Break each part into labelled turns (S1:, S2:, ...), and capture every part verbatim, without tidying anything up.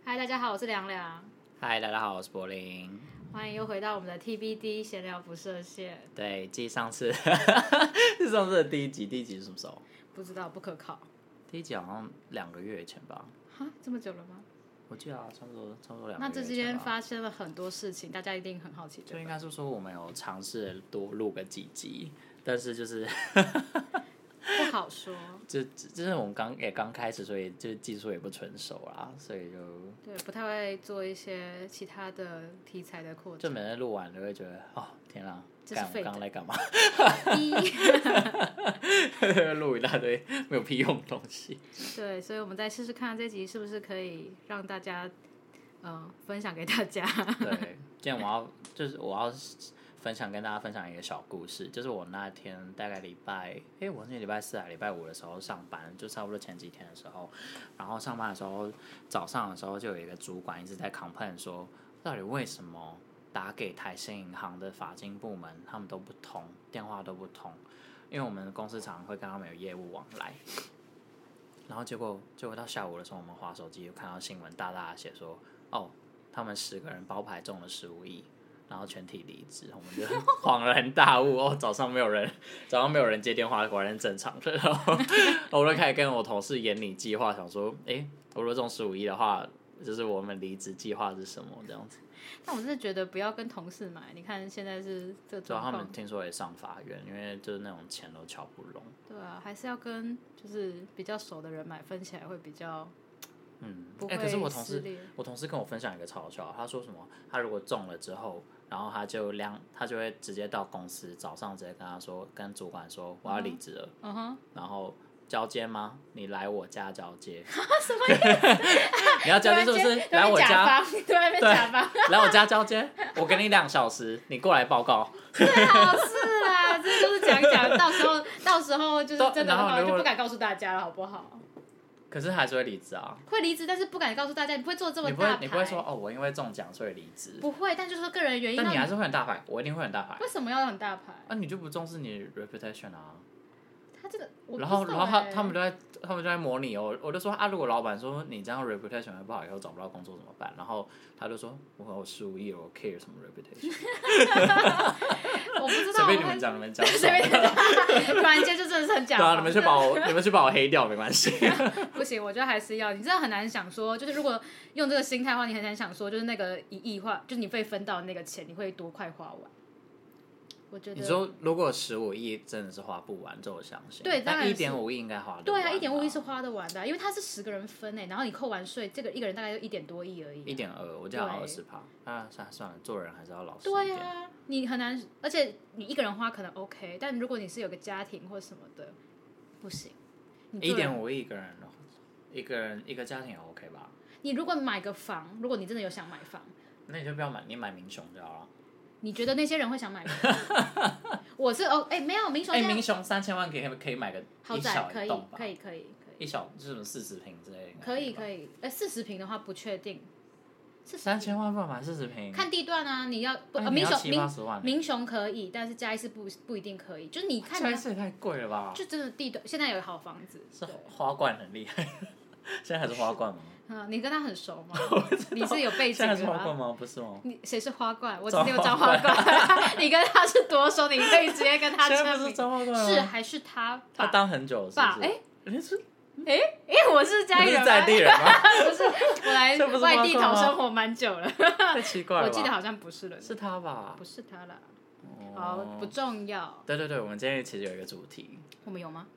S1: 嗨，大家好，我是凉凉。
S2: 嗨，大家好，我是柏林。
S1: 欢迎又回到我们的 T B D 闲聊不设限。
S2: 对，继上次是上次的第一集，第一集是什么时候？
S1: 不知道，不可考。
S2: 第一集好像两个月前吧。
S1: 哈，这么久了吗？
S2: 我记得啊，差不多差不多两个月前吧。
S1: 那这之间发生了很多事情，大家一定很好奇。
S2: 就应该是说我们有尝试多录个几集，但是就是
S1: 不好说。
S2: 就就是我们刚也刚开始，所以就技术也不纯熟啦，所以就
S1: 对不太会做一些其他的题材的扩展。
S2: 就每次录完就会觉得哦天啊，干我刚刚在干嘛？录一大堆没有屁用的东西。
S1: 对，所以我们再试试看这集是不是可以让大家呃分享给大家。
S2: 对，今天我要就是我要分享跟大家分享一个小故事，就是我那天大概礼拜，哎，我是礼拜四还礼拜五的时候上班，就差不多前几天的时候，然后上班的时候早上的时候就有一个主管一直在 complain 说，到底为什么打给台新银行的法金部门他们都不通，电话都不通，因为我们公司常常会跟他们有业务往来。然后结果结果到下午的时候，我们滑手机就看到新闻大大的写说，哦，他们十个人包牌中了十五亿。然后全体离职，我们就恍然大悟哦，早上没有人，早上没有人接电话，果然正常的。然后我就开始跟我同事研拟计划，想说，哎，我如果中十五亿的话，就是我们离职计划是什么这样子。
S1: 但我真的觉得不要跟同事买，你看现在是这状况。
S2: 主要他们听说也上法院，因为就是那种钱都敲不拢。
S1: 对啊，还是要跟就是比较熟的人买，分起来会比较。
S2: 嗯，哎、欸，可是我同事，我同事跟我分享一个超好笑，他说什么？他如果中了之后，然后他就量，他就会直接到公司，早上直接跟他说，跟主管说我要离职了，嗯哼，然后交接吗？你来我家交接。
S1: 什么意思？
S2: 你要交接是不是？来我家，
S1: 对，甲方，
S2: 来我家交接，我给你两小时，你过来报告。
S1: 最好是啦，这就是讲讲，到时候到时候就是真的话就不敢告诉大家了，好不好？
S2: 可是还是会离职啊，
S1: 会离职，但是不敢告诉大家，你不会做这么大牌。
S2: 你不会，你不会说哦，我因为中奖所以离职。
S1: 不会，但就是说个人原因。
S2: 但你还是会很大牌，我一定会很大牌。
S1: 为什么要很大牌？
S2: 啊，你就不重视你 reputation 啊？
S1: 他这个，我
S2: 然后，然后他他们就在他们就在模拟哦，我就说啊，如果老板说你这样 reputation 不好，以后找不到工作怎么办？然后他就说，我有十五亿，我 care 什么 reputation？
S1: 我不知道，
S2: 随便你们讲，你们讲，
S1: 随便你们讲，突然间就真的是很假。
S2: 对啊，你们去把我你们去把我黑掉没关系。
S1: 不行，我觉得还是要，你真的很难想说，就是如果用这个心态的话，你很难想说，就是那个一亿话，就是你被分到的那个钱，你会多快花完。我觉得
S2: 你说如果十五亿真的是花不完，这我相信。
S1: 对，当然
S2: 一点五亿应该花得完。
S1: 对啊，一点五亿是花得完的、啊，因为他是十个人分诶，然后你扣完税，这个一个人大概就一点多亿而已、啊。
S2: 一点二，我记得好二十趴。啊，算了算了，做人还是要老实一点。
S1: 对啊，你很难，而且你一个人花可能 OK， 但如果你是有个家庭或什么的，不行。
S2: 一点五亿一个人，一个人一个家庭也 OK 吧？
S1: 你如果买个房，如果你真的有想买房，
S2: 那你就不要买，你买民雄就好了。
S1: 你觉得那些人会想买吗？我是哦，哎、欸，没有民雄，哎、
S2: 欸，民雄三千万可以可以买个一小一栋吧？
S1: 可以可以可以可以，
S2: 一小就是四十平之类的。
S1: 可以可以，哎，四十平的话不确定。
S2: 三千万不能买四十平？
S1: 看地段啊，你要不、
S2: 呃、
S1: 民雄
S2: 七八十万，
S1: 民雄可以，但是嘉义市不不一定可以，就是你看
S2: 嘉义市也太贵了吧？
S1: 就真的地段，现在有好房子，
S2: 是花冠很厉害，现在还是花冠吗？
S1: 嗯，你跟他很熟吗？你是有背景的吗？
S2: 现在是花冠吗？不是吗？
S1: 你谁是花冠？我只有张花冠。你跟他是多熟？你可以直接跟他签名。
S2: 现在不是张花冠
S1: 是还是他？
S2: 他当很久了，是不是？
S1: 哎，
S2: 你是
S1: 哎哎，我是嘉义人吗？
S2: 你是在地人吗？
S1: 不是，我来外地讨生活蛮久了。
S2: 太奇怪了。
S1: 我记得好像不是了。
S2: 是他吧？
S1: 不是他啦。好，不重要。
S2: 对对对，我们今天其实有一个主题。
S1: 我们有吗？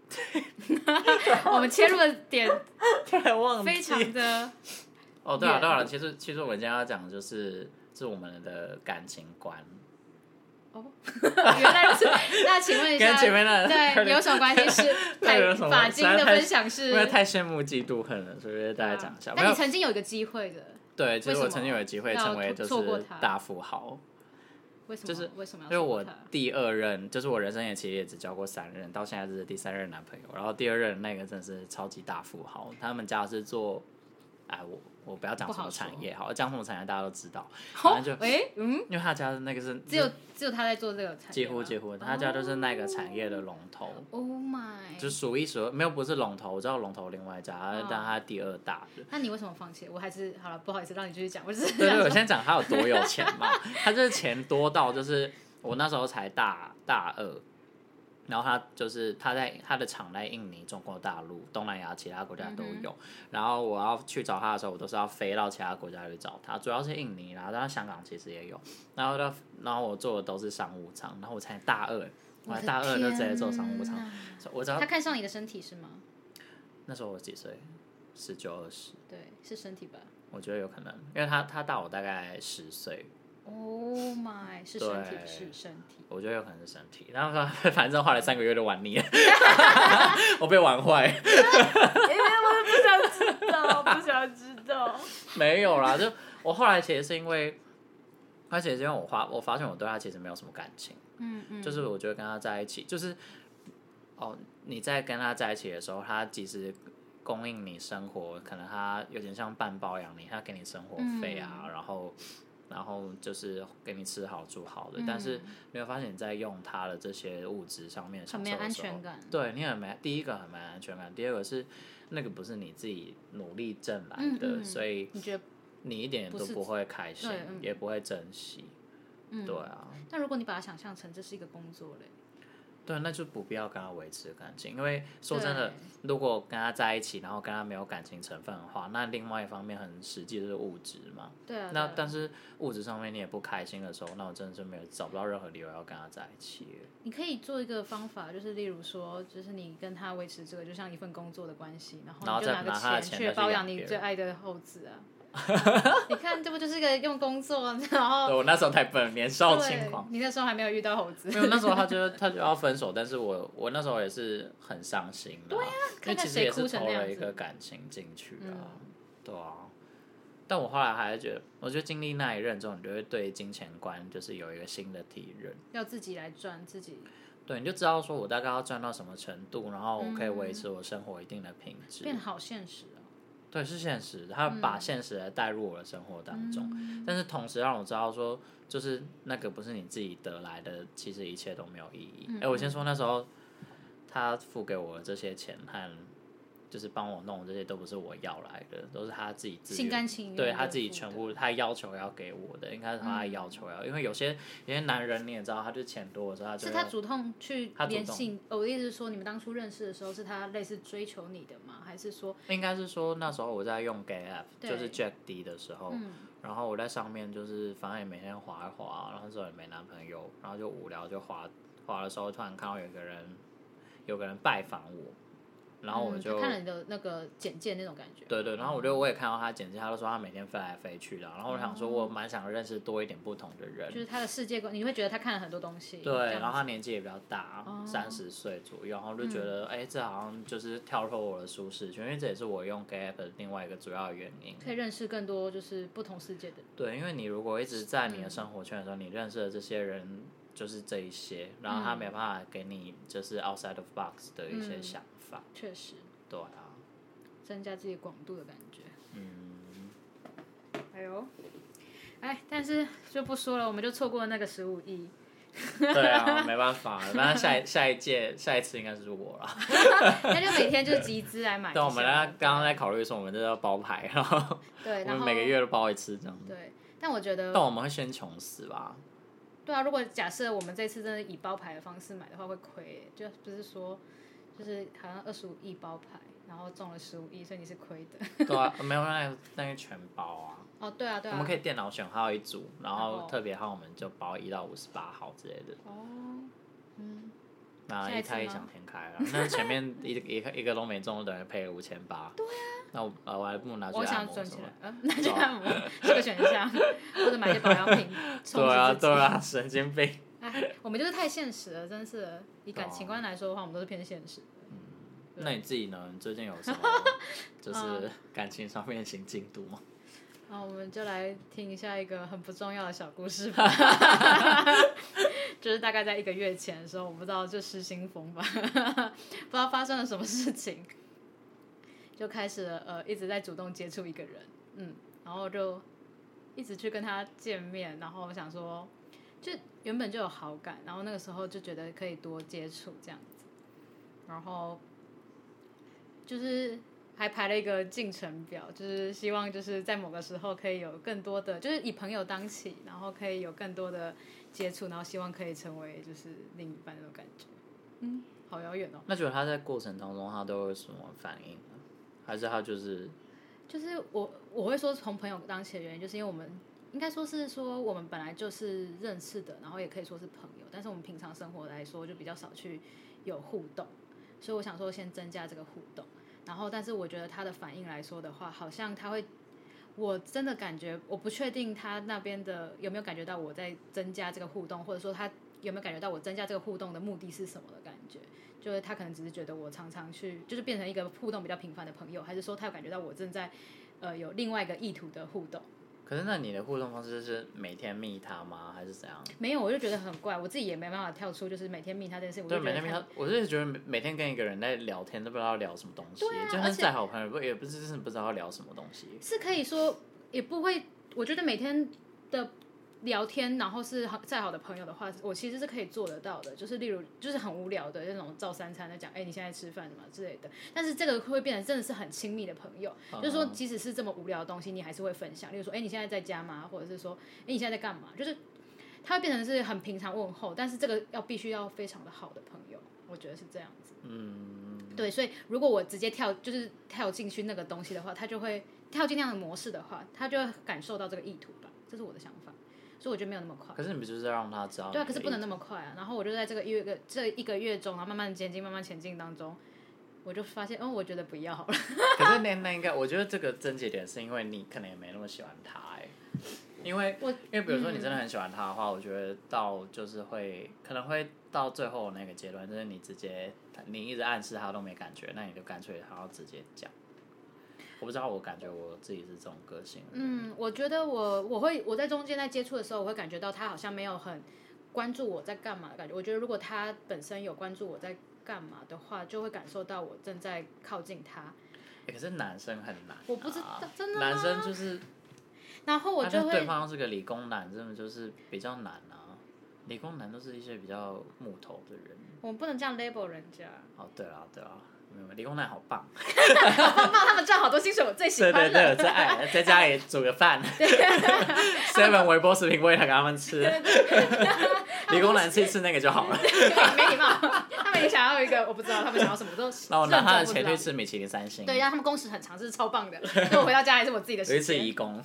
S1: 我们切入的点非常的
S2: 哦，对了对了，其实其实我们今天要讲的就是是我们的感情观。
S1: 哦，原来是。那请问一下，
S2: 跟前面的
S1: 对有什么关系？是太法金的分享是？
S2: 因为太羡慕嫉妒恨了，所以大家讲一下。
S1: 那你曾经有一个机会的？
S2: 对，其实我曾经有机会成为就是大富豪。
S1: 为什么？
S2: 就是
S1: 为什么要？
S2: 因为我第二任，就是我人生也其实也只交过三任，到现在这是第三任男朋友。然后第二任那个真的是超级大富豪，他们家是做，哎，我我不要讲什么产业，好，讲什么产业大家都知道，
S1: 反
S2: 正就
S1: 哎、嗯，
S2: 因为他家的那个是
S1: 只有只有他在做这个产业，
S2: 几乎几乎，他家就是那个产业的龙头。
S1: Oh my！
S2: 就数一数二，没有不是龙头，我知道龙头另外一家，
S1: 哦、
S2: 但他第二大的。
S1: 那你为什么放弃？我还是好了，不好意思，让你继续讲。我只是
S2: 对对，我先讲他有多有钱嘛，他就是钱多到就是我那时候才大大二。然后他就是他在他的厂在印尼、中国大陆、东南亚其他国家都有。嗯、然后我要去找他的时候，我都是要飞到其他国家去找他，主要是印尼啦，但香港其实也有。然后然后我做的都是商务舱，然后我才大二，我才大二就直接做商务舱。我知道
S1: 他看上你的身体是吗？
S2: 那时候我几岁？十九二十。
S1: 对，是身体吧？
S2: 我觉得有可能，因为他他大我大概十岁。
S1: Oh my， 是身体，是身体。
S2: 我觉得有可能是身体，然后反正花了三个月就玩腻了，我被玩坏。因
S1: 为我不想知道，不想知道。
S2: 没有啦，就我后来其实是因为，而且是因为我发我发现我对他其实没有什么感情，
S1: 嗯嗯，
S2: 就是我觉得跟他在一起，就是哦你在跟他在一起的时候，他其实供应你生活，可能他有点像半包养你，他给你生活费啊，嗯、然后。然后就是给你吃好住好的，嗯、但是你会发现你在用它的这些物质上面享受的时候，
S1: 很没安全感。
S2: 对，你很没，第一个很没安全感，第二个是那个不是你自己努力挣来的，
S1: 嗯嗯、
S2: 所以
S1: 你觉得
S2: 你一点都不会开心，嗯、也不会珍惜。嗯、对啊。
S1: 但如果你把它想象成这是一个工作嘞？
S2: 对，那就不必要跟他维持感情，因为说真的，如果跟他在一起，然后跟他没有感情成分的话，那另外一方面很实际就是物质嘛。
S1: 对啊。
S2: 那但是物质上面你也不开心的时候，那我真的是没有找不到任何理由要跟他在一起。
S1: 你可以做一个方法，就是例如说，就是你跟他维持这个就像一份工作的关系，然后你就拿个钱去包养你最爱的猴子啊。你看，这不就是个用工作，然后
S2: 对我那时候太笨，年少轻狂。
S1: 你那时候还没有遇到猴子。
S2: 没有，那时候他就他就要分手，但是我我那时候也是很伤心的。
S1: 对啊，
S2: 因为其实也是投了一个感情进去啊，嗯、对啊。但我后来还是觉得，我觉得经历那一任之后，你就会对金钱观就是有一个新的体认。
S1: 要自己来赚自己。
S2: 对，你就知道说我大概要赚到什么程度，然后我可以维持我生活一定的品质。
S1: 嗯、变好现实。
S2: 对，是现实，他把现实来带入我的生活当中，嗯、但是同时让我知道说，就是那个不是你自己得来的，其实一切都没有意义。哎、嗯，我先说那时候他付给我的这些钱和就是帮我弄这些都不是我要来的，都是他自己自
S1: 心甘情愿，
S2: 对他自己全部他要求要给我的，应该是他要求要，嗯、因为有些有些男人你也知道，他就钱多的时候他就是
S1: 他主动去联系。我的意思是说，你们当初认识的时候，是他类似追求你的吗？还是说？
S2: 应该是说那时候我在用 Gay App， 就是 Jack D 的时候，嗯、然后我在上面就是反正也每天滑一滑，然后那时候也没男朋友，然后就无聊就滑滑的时候，突然看到有一个人有个人拜访我。然后我就、
S1: 嗯、看了你的那个简介那种感觉，
S2: 对对，然后我就我也看到他简介，他就说他每天飞来飞去的，然后我想说我蛮想认识多一点不同的人，
S1: 就是他的世界观，你会觉得他看了很多东西，
S2: 对，然后他年纪也比较大，三十岁左右，然后就觉得哎、嗯欸，这好像就是跳脱我的舒适圈，因为这也是我用 Gay App 的另外一个主要的原因，
S1: 可以认识更多就是不同世界的人。
S2: 对，因为你如果一直在你的生活圈的时候，嗯、你认识的这些人就是这一些，然后他没办法给你就是 outside of box 的一些想法，
S1: 确、嗯、实。
S2: 对啊，
S1: 增加自己广度的感觉。
S2: 嗯，
S1: 哎呦，哎，但是就不说了，我们就错过了那个十五亿。
S2: 对啊，没办法，反正下下一届下一次应该是我了。
S1: 那就每天就集资来买。
S2: 对，我们刚刚在考虑说，我们这要包牌，然后
S1: 对，
S2: 我们每个月都包一次这样。
S1: 对，但我觉得，
S2: 但我们会先穷死吧？
S1: 对啊，如果假设我们这次真的以包牌的方式买的话，会亏，就不是说。就是好像二十五亿包牌，然后中了十五亿，所以你是亏的。
S2: 对啊，没有那个那个全包啊。
S1: 哦，对啊，对啊。
S2: 我们可以电脑选号一组，然后特别号我们就包一到五十八号之类的。
S1: 哦，嗯。
S2: 那一开异想天开了，那前面一一个一个都没中，等于赔了五千八。
S1: 对啊。
S2: 那我呃我还不如拿去
S1: 按摩。我
S2: 想
S1: 存起来，嗯，拿去按摩这个选项，或者买些保养品。
S2: 对啊，对啊，神经病。
S1: 哎，我们就是太现实了，真是的。以感情观来说的话，我们都是偏现实的。
S2: 嗯，那你自己呢？你最近有什么就是感情上面的新进度吗？
S1: 好，我们就来听一下一个很不重要的小故事吧。就是大概在一个月前的时候，我不知道就失心疯吧，不知道发生了什么事情，就开始了呃一直在主动接触一个人。 嗯，然后就一直去跟他见面，然后我想说，就原本就有好感，然后那个时候就觉得可以多接触这样子，然后就是还排了一个进程表，就是希望就是在某个时候可以有更多的，就是以朋友当起，然后可以有更多的接触，然后希望可以成为就是另一半那种感觉。嗯，好遥远哦。
S2: 那觉得他在过程当中他都有什么反应呢？还是他就是
S1: 就是我我会说从朋友当起的原因，就是因为我们应该说是说我们本来就是认识的，然后也可以说是朋友，但是我们平常生活来说就比较少去有互动，所以我想说先增加这个互动。然后，但是我觉得他的反应来说的话，好像他会，我真的感觉，我不确定他那边的有没有感觉到我在增加这个互动，或者说他有没有感觉到我增加这个互动的目的是什么的感觉。就是他可能只是觉得我常常去，就是变成一个互动比较频繁的朋友，还是说他有感觉到我正在呃有另外一个意图的互动。
S2: 可是那你的互动方式是每天密他吗？还是怎样？
S1: 没有，我就觉得很怪，我自己也没办法跳出，就是每天密他这件事情。
S2: 对，每天密他，我就是觉得每天跟一个人在聊天都不知道要聊什么东西，啊、就算再好朋友，也不是真的不知道要聊什么东西。
S1: 是可以说，也不会，我觉得每天的聊天，然后是再好的朋友的话，我其实是可以做得到的。就是例如，就是很无聊的那种照三餐在讲，哎、欸，你现在吃饭了吗之类的。但是这个会变成真的是很亲密的朋友，嗯、就是说，即使是这么无聊的东西，你还是会分享。例如说，哎、欸，你现在在家吗？或者是说，哎、欸，你现在在干嘛？就是它会变成是很平常问候，但是这个要必须要非常的好的朋友，我觉得是这样子。
S2: 嗯，
S1: 对，所以如果我直接跳，就是跳进去那个东西的话，他就会跳进那样的模式的话，他就会感受到这个意图吧，这是我的想法。所以我觉得没有那么快。
S2: 可是你不就是让他知道？
S1: 对啊，可是不能那么快啊。然后我就在这个一个这一个月中，然后慢慢前进，慢慢前进当中，我就发现，哦，我觉得不要好了。
S2: 可是那那应该，我觉得这个症结点是因为你可能也没那么喜欢他哎、欸，因为因为比如说你真的很喜欢他的话，嗯、我觉得到就是会可能会到最后那个阶段，就是你直接你一直暗示他都没感觉，那你就干脆好好直接讲。我不知道，我感觉我自己是这种个性。
S1: 嗯，我觉得我我会我在中间在接触的时候，我会感觉到他好像没有很关注我在干嘛的感觉。我觉得如果他本身有关注我在干嘛的话，就会感受到我正在靠近他。
S2: 欸、可是男生很难、啊，
S1: 我不知道，真的吗？
S2: 男生就是，
S1: 然后我就会，
S2: 对方是个理工男，真的就是比较难啊。理工男都是一些比较木头的人。
S1: 我们不能这样 label 人家。
S2: 哦，对啊，对啊。理工男好棒，
S1: 好棒棒！他们赚好多薪水，我最喜欢了。
S2: 对对对，最爱在家里煮个饭 ，seven 微波食品喂他给他们吃。理工男吃一次那个就好了。
S1: 没礼貌，他们也想要一个，我不知道他们想要什么都。
S2: 那我拿他的钱去吃米其林三星。
S1: 对，让他们工时很长，这是超棒的。所以我回到家还是我自己的时间。
S2: 有一次义工。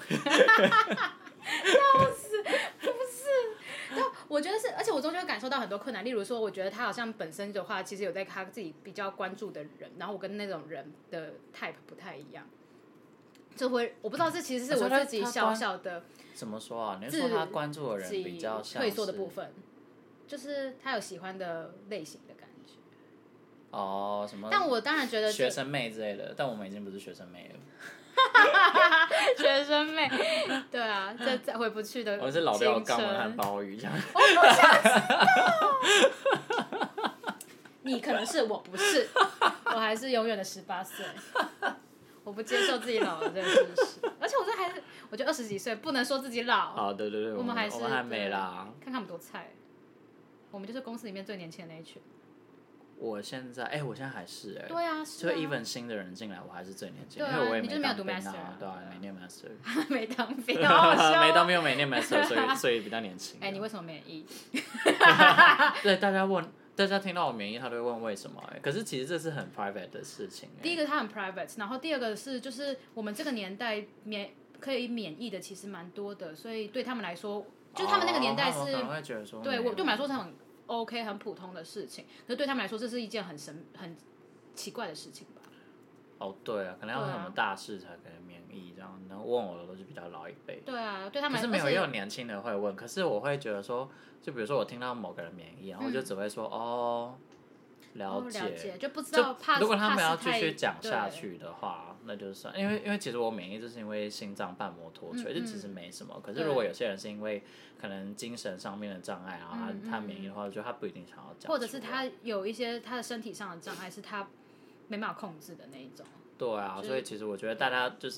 S1: 笑死，不是。但我觉得是，而且我中间会感受到很多困难。例如说，我觉得他好像本身的话，其实有在他自己比较关注的人，然后我跟那种人的 type 不太一样，就会我不知道这其实是我自己小小的。
S2: 怎么说啊？你说他关注的人比较像
S1: 退缩的部分，就是他有喜欢的类型的感觉。
S2: 哦，什么？
S1: 但我当然觉得
S2: 学生妹之类的，但我们已经不是学生妹了。
S1: 学生妹，对啊，这再回不去的。
S2: 我是老掉肛门和鲍鱼这样。
S1: 我不想知道。你可能是，我不是，我还是永远的十八岁。我不接受自己老了这个事实，而且我这还是，我觉得二十几岁不能说自己老。
S2: 哦，对对对，
S1: 我们还是
S2: 我们还没啦。
S1: 看看我们多菜，我们就是公司里面最年轻的那一群。
S2: 我现在，哎、欸，我现在还是哎、欸，
S1: 对啊，
S2: 就 even 新的人进来，我还是最年轻，
S1: 啊、
S2: 因为我也
S1: 没当兵
S2: 啊，对啊，没念 master，
S1: 没当兵，好好笑，
S2: 没当兵又没念 master， 所以所以比较年轻。
S1: 哎、欸，你为什么免疫？
S2: 对，大家问，大家听到我免疫，他都会问为什么、欸？哎，可是其实这是很 private 的事情、欸。
S1: 第一个它很 private， 然后第二个是就是我们这个年代免可以免疫的其实蛮多的，所以对他们来说，就他们那个年代是，
S2: 哦、他们可能会觉得说，
S1: 对我对我们来说是很。OK， 很普通的事情，可是对他们来说，这是一件很神、很奇怪的事情吧？
S2: 哦，对啊，可能要什么大事才可以免疫这样，然后问我的都是比较老一辈。
S1: 对啊，对他们来说。
S2: 可是没有，也有年轻的会问，可是我会觉得说，就比如说我听到某个人免疫，然后我就只会说、嗯、哦。了解，
S1: 哦、了解就不知道怕。
S2: 如果他们要继续讲下去的话，那就算，因为因为其实我免疫就是因为心脏瓣膜脱垂，这、嗯、其实没什么。可是如果有些人是因为可能精神上面的障碍，然后他、嗯、他免疫的话，我觉得他不一定想要讲。
S1: 或者是他有一些他的身体上的障碍是他没办法控制的那一种。
S2: 对啊，所以其实我觉得大家就是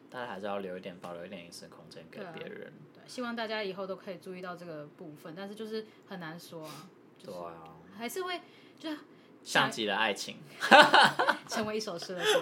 S2: 大家还是要留一点保留一点隐私空间给别人。
S1: 对，希望大家以后都可以注意到这个部分，但是就是很难说啊。就是、
S2: 对啊，
S1: 还是会就
S2: 像极了爱情，
S1: 成为一首诗了是吗？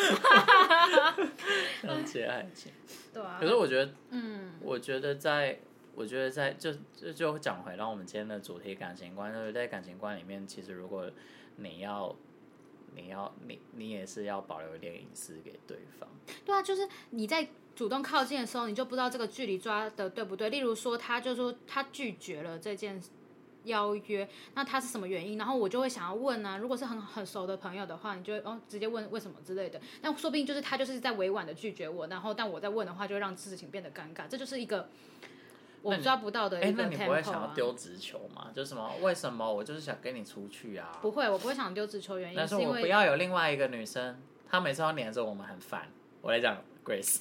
S2: 像极了爱情，
S1: 对啊。
S2: 可是我觉得，嗯，我觉得在，我觉得在就就就讲回到我们今天的主题感情观，就是在感情观里面，其实如果你要。你要你你也是要保留一点隐私给对方。
S1: 对啊，就是你在主动靠近的时候，你就不知道这个距离抓的对不对。例如说，他就说他拒绝了这件邀约，那他是什么原因？然后我就会想要问啊，如果是很很熟的朋友的话，你就会哦直接问为什么之类的。但说不定就是他就是在委婉的拒绝我，然后但我在问的话，就会让事情变得尴尬。这就是一个我抓不到的一个 tempo 啊。
S2: 那你不会想要丢直球吗？就什么为什么我就是想跟你出去啊？
S1: 不会，我不会想丢直球，原因
S2: 但是
S1: 因为
S2: 我不要有另外一个女生，她每次都黏着我们很烦。我来讲 Grace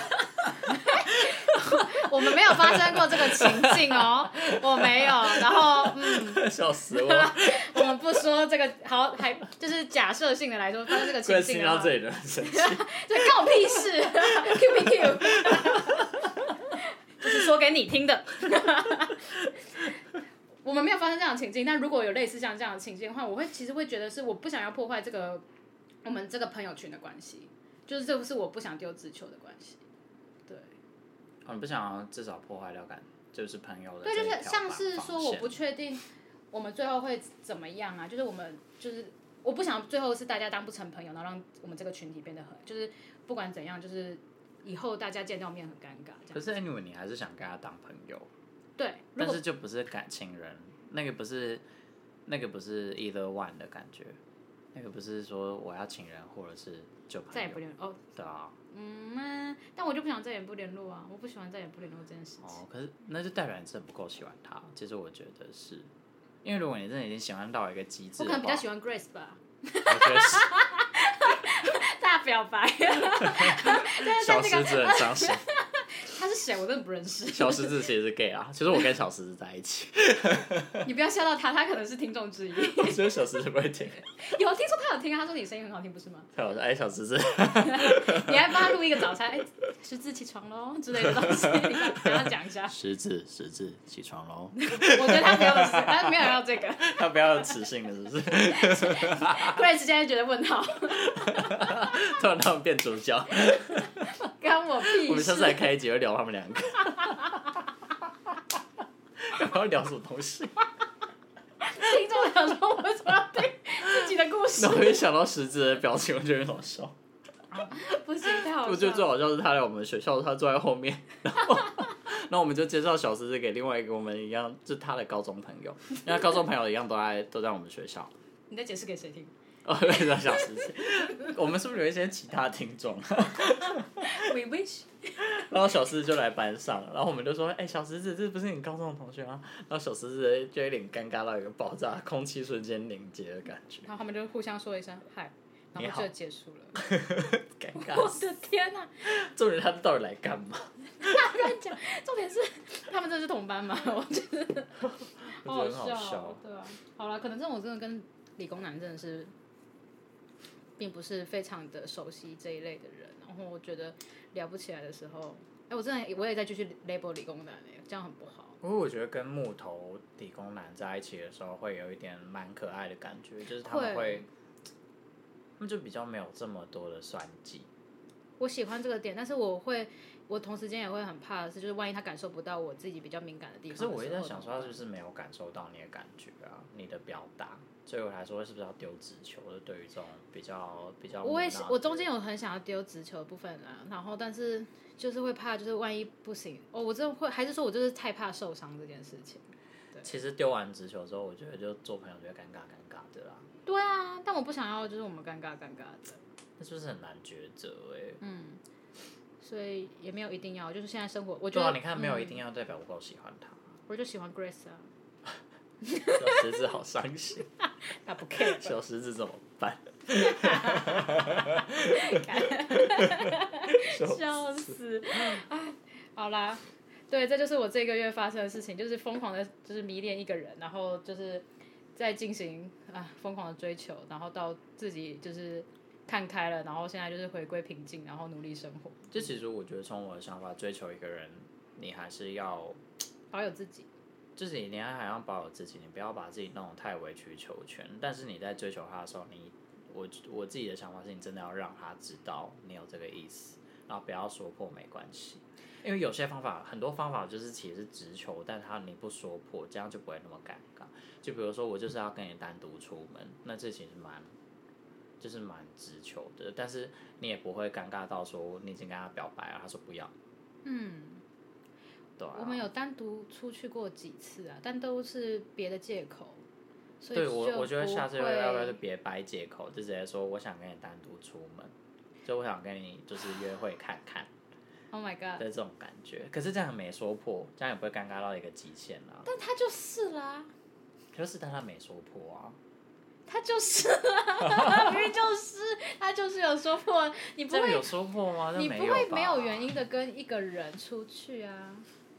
S1: 我们没有发生过这个情境哦，我没有。然后嗯，
S2: 笑死我。
S1: 我们不说这个，好，还就是假设性的来说，发生这个情境
S2: 的话，听到这里就很生气，
S1: 这关我屁事 ，Q P Q。就是说给你听的。我们没有发生这样的情境，但如果有类似像这样的情境的话，我会其实会觉得是我不想要破坏这个我们这个朋友群的关系，就是这不是我不想丢直球的关系。对，
S2: 哦，你不想要至少破坏掉感，就是朋友的
S1: 对，就是像是说我不确定我们最后会怎么样啊，就是我们就是我不想最后是大家当不成朋友，然后让我们这个群体变得很就是不管怎样就是。以后大家见到面很尴尬。
S2: 可是 anyway 你还是想跟他当朋友。
S1: 对。
S2: 但是就不是感情人，那个不是那个不是 either one 的感觉，那个不是说我要情人或者是就朋友。
S1: 再也不联络哦。
S2: 对啊。
S1: 嗯，但我就不想再也不联络啊！我不喜欢再也不联络这件事情。
S2: 哦，可是那就代表你真的不够喜欢他。其实我觉得是，因为如果你真的已经喜欢到一个极致的话，
S1: 我可能比较喜欢 Grace 吧。
S2: 我觉得是。
S1: 大表白。
S2: 小狮子很伤心。
S1: 他是谁？我真的不认识。
S2: 小狮子其实是 gay 啊，其实我跟小狮子在一起。
S1: 你不要笑到他，他可能是听众之一。
S2: 我觉得小狮子不会听。
S1: 有听说他有听啊，他说你声音很好听，不是吗？
S2: 他有说哎小狮子。
S1: 你还帮他录一个早餐，哎，狮子起床喽之类的东西，你跟他讲一下。
S2: 狮子，狮子起床喽。
S1: 我觉得他不要的是，他没有要这个。
S2: 他不要有磁性的，是不是
S1: ？Grace 现在觉得问号。
S2: 突然他们变主角。
S1: 干我屁事！
S2: 我们下次来开一集会聊他们两个。要聊什么东西？
S1: 听众想说，我为什么要听自己的故事？
S2: 那我一想到石子的表情，我觉得很好笑。
S1: 不行，太好笑了。
S2: 我觉得最好笑是他来我们学校，他坐在后面，然后，然后我们就介绍小石子给另外一个我们一样，就是他的高中朋友，因为他高中朋友一样都在都在我们学校。
S1: 你在解释给谁听？
S2: 哦，对，在小石子。我们是不是有一些其他听众
S1: ？We wish。
S2: 然后小石子就来班上，然后我们就说：“哎、欸，小石子，这不是你高中的同学吗？”然后小石子就有点尴尬到一个爆炸，空气瞬间凝结的感觉。
S1: 然后他们就互相说一声嗨，然后就结束了。
S2: 尴尬。
S1: 我的天哪、啊！
S2: 重点他到底来干嘛？
S1: 他跟你讲，重点是他们真的是同班吗？我觉得好好笑、哦，笑对啊。好了，可能这种真的跟理工男真的是。并不是非常的熟悉这一类的人，然后我觉得聊不起来的时候，哎，我真的我也在继续 label 理工男哎，这样很不好。
S2: 不过我觉得跟木头理工男在一起的时候，会有一点蛮可爱的感觉，就是他们会，他们就比较没有这么多的算计。
S1: 我喜欢这个点，但是我会，我同时间也会很怕的是，就是万一他感受不到我自己比较敏感的地方的时候。
S2: 可是我一直在想说，他是不是没有感受到你的感觉啊？你的表达。对我来说，是不是要丢直球的？对于这种比较比较，
S1: 我也我中间有很想要丢直球的部分啊，然后但是就是会怕，就是万一不行哦，我真的会，还是说我就是太怕受伤这件事情。对，
S2: 其实丢完直球之后，我觉得就做朋友觉得尴尬尴尬的啦。
S1: 对啊，但我不想要，就是我们尴尬尴尬的。
S2: 那就是很难抉择哎、欸。
S1: 嗯，所以也没有一定要，就是现在生活，我觉得、
S2: 对啊，你看没有一定要代表我够喜欢他、嗯。
S1: 我就喜欢 Grace 啊。
S2: 小石子好伤心，
S1: 他不 care。
S2: 小石子怎么办？
S1: 笑死！哎，好啦，对，这就是我这个月发生的事情，就是疯狂的，就是迷恋一个人，然后就是在进行啊疯狂的追求，然后到自己就是看开了，然后现在就是回归平静，然后努力生活。
S2: 就其实我觉得从我的想法，追求一个人，你还是要
S1: 保有自己。
S2: 就是你还要保有自己，你不要把自己弄得太委曲求全。但是你在追求他的时候，你我我自己的想法是你真的要让他知道你有这个意思，然后不要说破没关系。因为有些方法，很多方法就是其实是直球，但他你不说破，这样就不会那么尴尬。就比如说我就是要跟你单独出门，那这其实蛮就是蛮直球的，但是你也不会尴尬到说你已经跟他表白了，他说不要。
S1: 嗯。
S2: 对啊，
S1: 我们有单独出去过几次啊，但都是别的借口，所以
S2: 对我我觉得下次要不要就别掰借口，就直接说我想跟你单独出门，就我想跟你就是约会看看。
S1: Oh my god！
S2: 的这种感觉，可是这样没说破，这样也不会尴尬到一个极限啦。
S1: 但他就是啦。
S2: 就是，但他没说破啊。
S1: 他就是啦，明明就是他就是有说破，你不会
S2: 有说破吗？
S1: 你不会没有原因的跟一个人出去啊。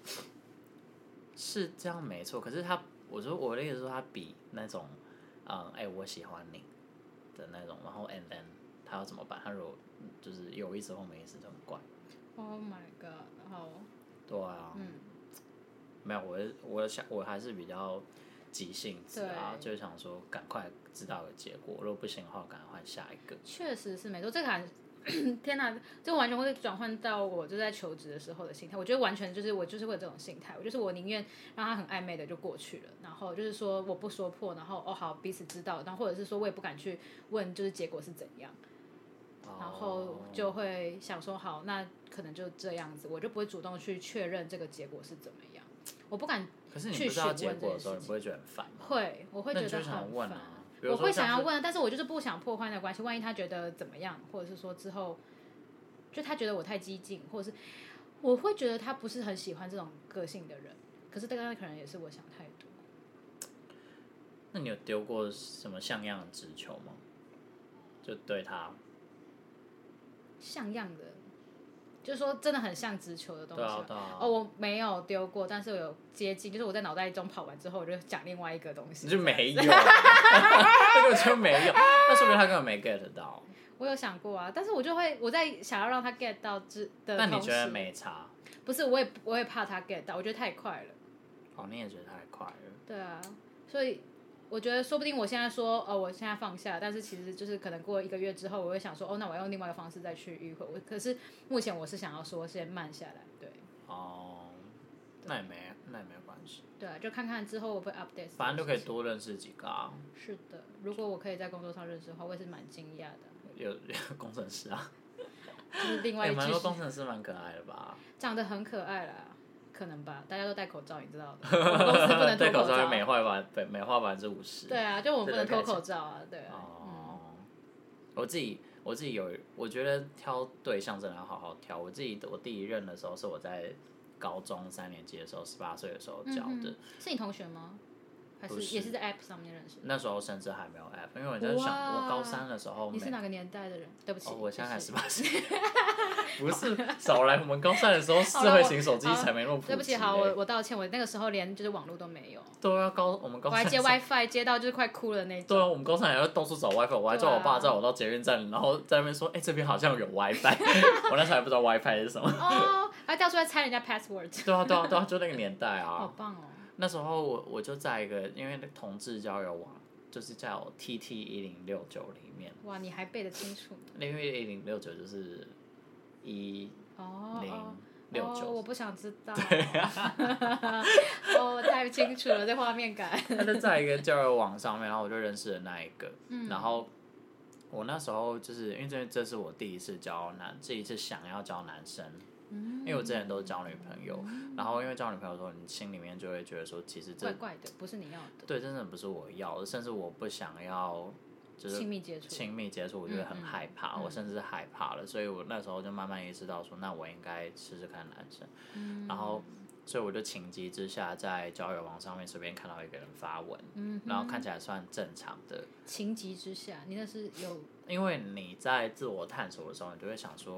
S2: 是这样没错，可是他，我说我的意思说，他比那种，嗯，哎、欸，我喜欢你的那种，然后 and then 他要怎么办？他如果就是有意思或没意思，就很怪。
S1: Oh my god！ 好。
S2: 对啊。
S1: 嗯。
S2: 没有，我我想我还是比较急性子啊，就是想说赶快知道个结果，如果不行的话，赶快换下一个。
S1: 确实是没错，这个还天哪，这完全会转换到我就在求职的时候的心态。我觉得完全就是我就是会有这种心态，我就是我宁愿让他很暧昧的就过去了，然后就是说我不说破，然后哦好彼此知道，然后或者是说我也不敢去问就是结果是怎样，然后就会想说好那可能就这样子，我就不会主动去确认这个结果是怎么样，我不敢
S2: 可是你不知道结果的时候，你不会觉得很烦吗？
S1: 会，我会觉得很烦。
S2: 啊、
S1: 我会想要问，但是我就是不想破坏那个关系。万一他觉得怎么样，或者是说之后，就他觉得我太激进，或者是我会觉得他不是很喜欢这种个性的人。可是这个可能也是我想太多。
S2: 那你有丢过什么像样的直球吗？就对他
S1: 像样的。就是说，真的很像直球的东西。
S2: 对啊对啊。
S1: 哦，我没有丢过，但是我有接近，就是我在脑袋中跑完之后，我就讲另外一个东西。
S2: 你就没有，这个就没有，那说明他根本没 get 到。
S1: 我有想过啊，但是我就会我在想要让他 get 到之的同时。
S2: 那你觉得没差？
S1: 不是，我也我也怕他 get 到，我觉得太快了。
S2: 哦，你也觉得太快了。
S1: 对啊，所以。我觉得说不定我现在说哦，我现在放下，但是其实就是可能过一个月之后，我会想说哦，那我要用另外一个方式再去迂回。我可是目前我是想要说先慢下来，对。
S2: 哦，那也没那也没有关系。
S1: 对啊，就看看之后我会 update。
S2: 反正就可以多认识几个啊。
S1: 是的，如果我可以在工作上认识的话，我也是蛮惊讶的。
S2: 有有工程师啊。
S1: 就是另外一句。
S2: 蛮多工程师蛮可爱的吧？
S1: 长得很可爱啦。可能吧，大家都戴口罩，你知道的。我们公司不能脱口罩。戴口罩
S2: 美化百美化百分之五十。
S1: 对啊，就我们不能脱口罩啊，对啊。
S2: 哦、嗯。我自己我自己有，我觉得挑对象真的要好好挑。我自己我第一任的时候是我在高中三年级的时候，十八岁的时候交的、嗯。
S1: 是你同学吗？还是也是在 App 上面认识的？
S2: 那时候甚至还没有 App， 因为我在想，我高三的时候。
S1: 你是哪个年代的人？对不起，
S2: 哦、我现在才十八岁。不是，少来，我们高三的时候智慧型手机才没那么普及、欸。
S1: 对不起，好，我我道歉，我那个时候连就是网络都没有。
S2: 对啊，高我们高三。
S1: 我还接 WiFi， 接到就是快哭了那种。
S2: 对啊，我们高三还要到处找 WiFi， 我还叫我爸载我到捷运站，然后在那边说，哎、欸，这边好像有 WiFi。我那时候还不知道 WiFi 是什么。
S1: 哦，还调出来猜人家 password。
S2: 对啊，对啊，对啊，就那个年代啊。
S1: 好棒哦。那
S2: 时候我我就在一个因为同志交友网，就是叫 T T 一零六九里面。
S1: 哇，你还背得清楚。
S2: 因为一零六九就是一零六九。
S1: 哦，我不想知道。对啊。哦，太清楚了，这画面感。
S2: 他就在一个交友网上面，然后我就认识了那一个。嗯。然后我那时候就是因为这这是我第一次交男，第一次想要交男生。因为我之前都是交女朋友、嗯，然后因为交女朋友的时候，你心里面就会觉得说，其实这
S1: 怪怪的，不是你要的。
S2: 对，真的不是我要的，甚至我不想要，就是
S1: 亲密接触。
S2: 亲密接触，我觉得很害怕、嗯，我甚至害怕了，所以我那时候就慢慢意识到说，那我应该试试看男生。嗯、然后，所以我就情急之下在交友网上面随便看到一个人发文，嗯、然后看起来算正常的。
S1: 情急之下，你那是有？
S2: 因为你在自我探索的时候，你就会想说。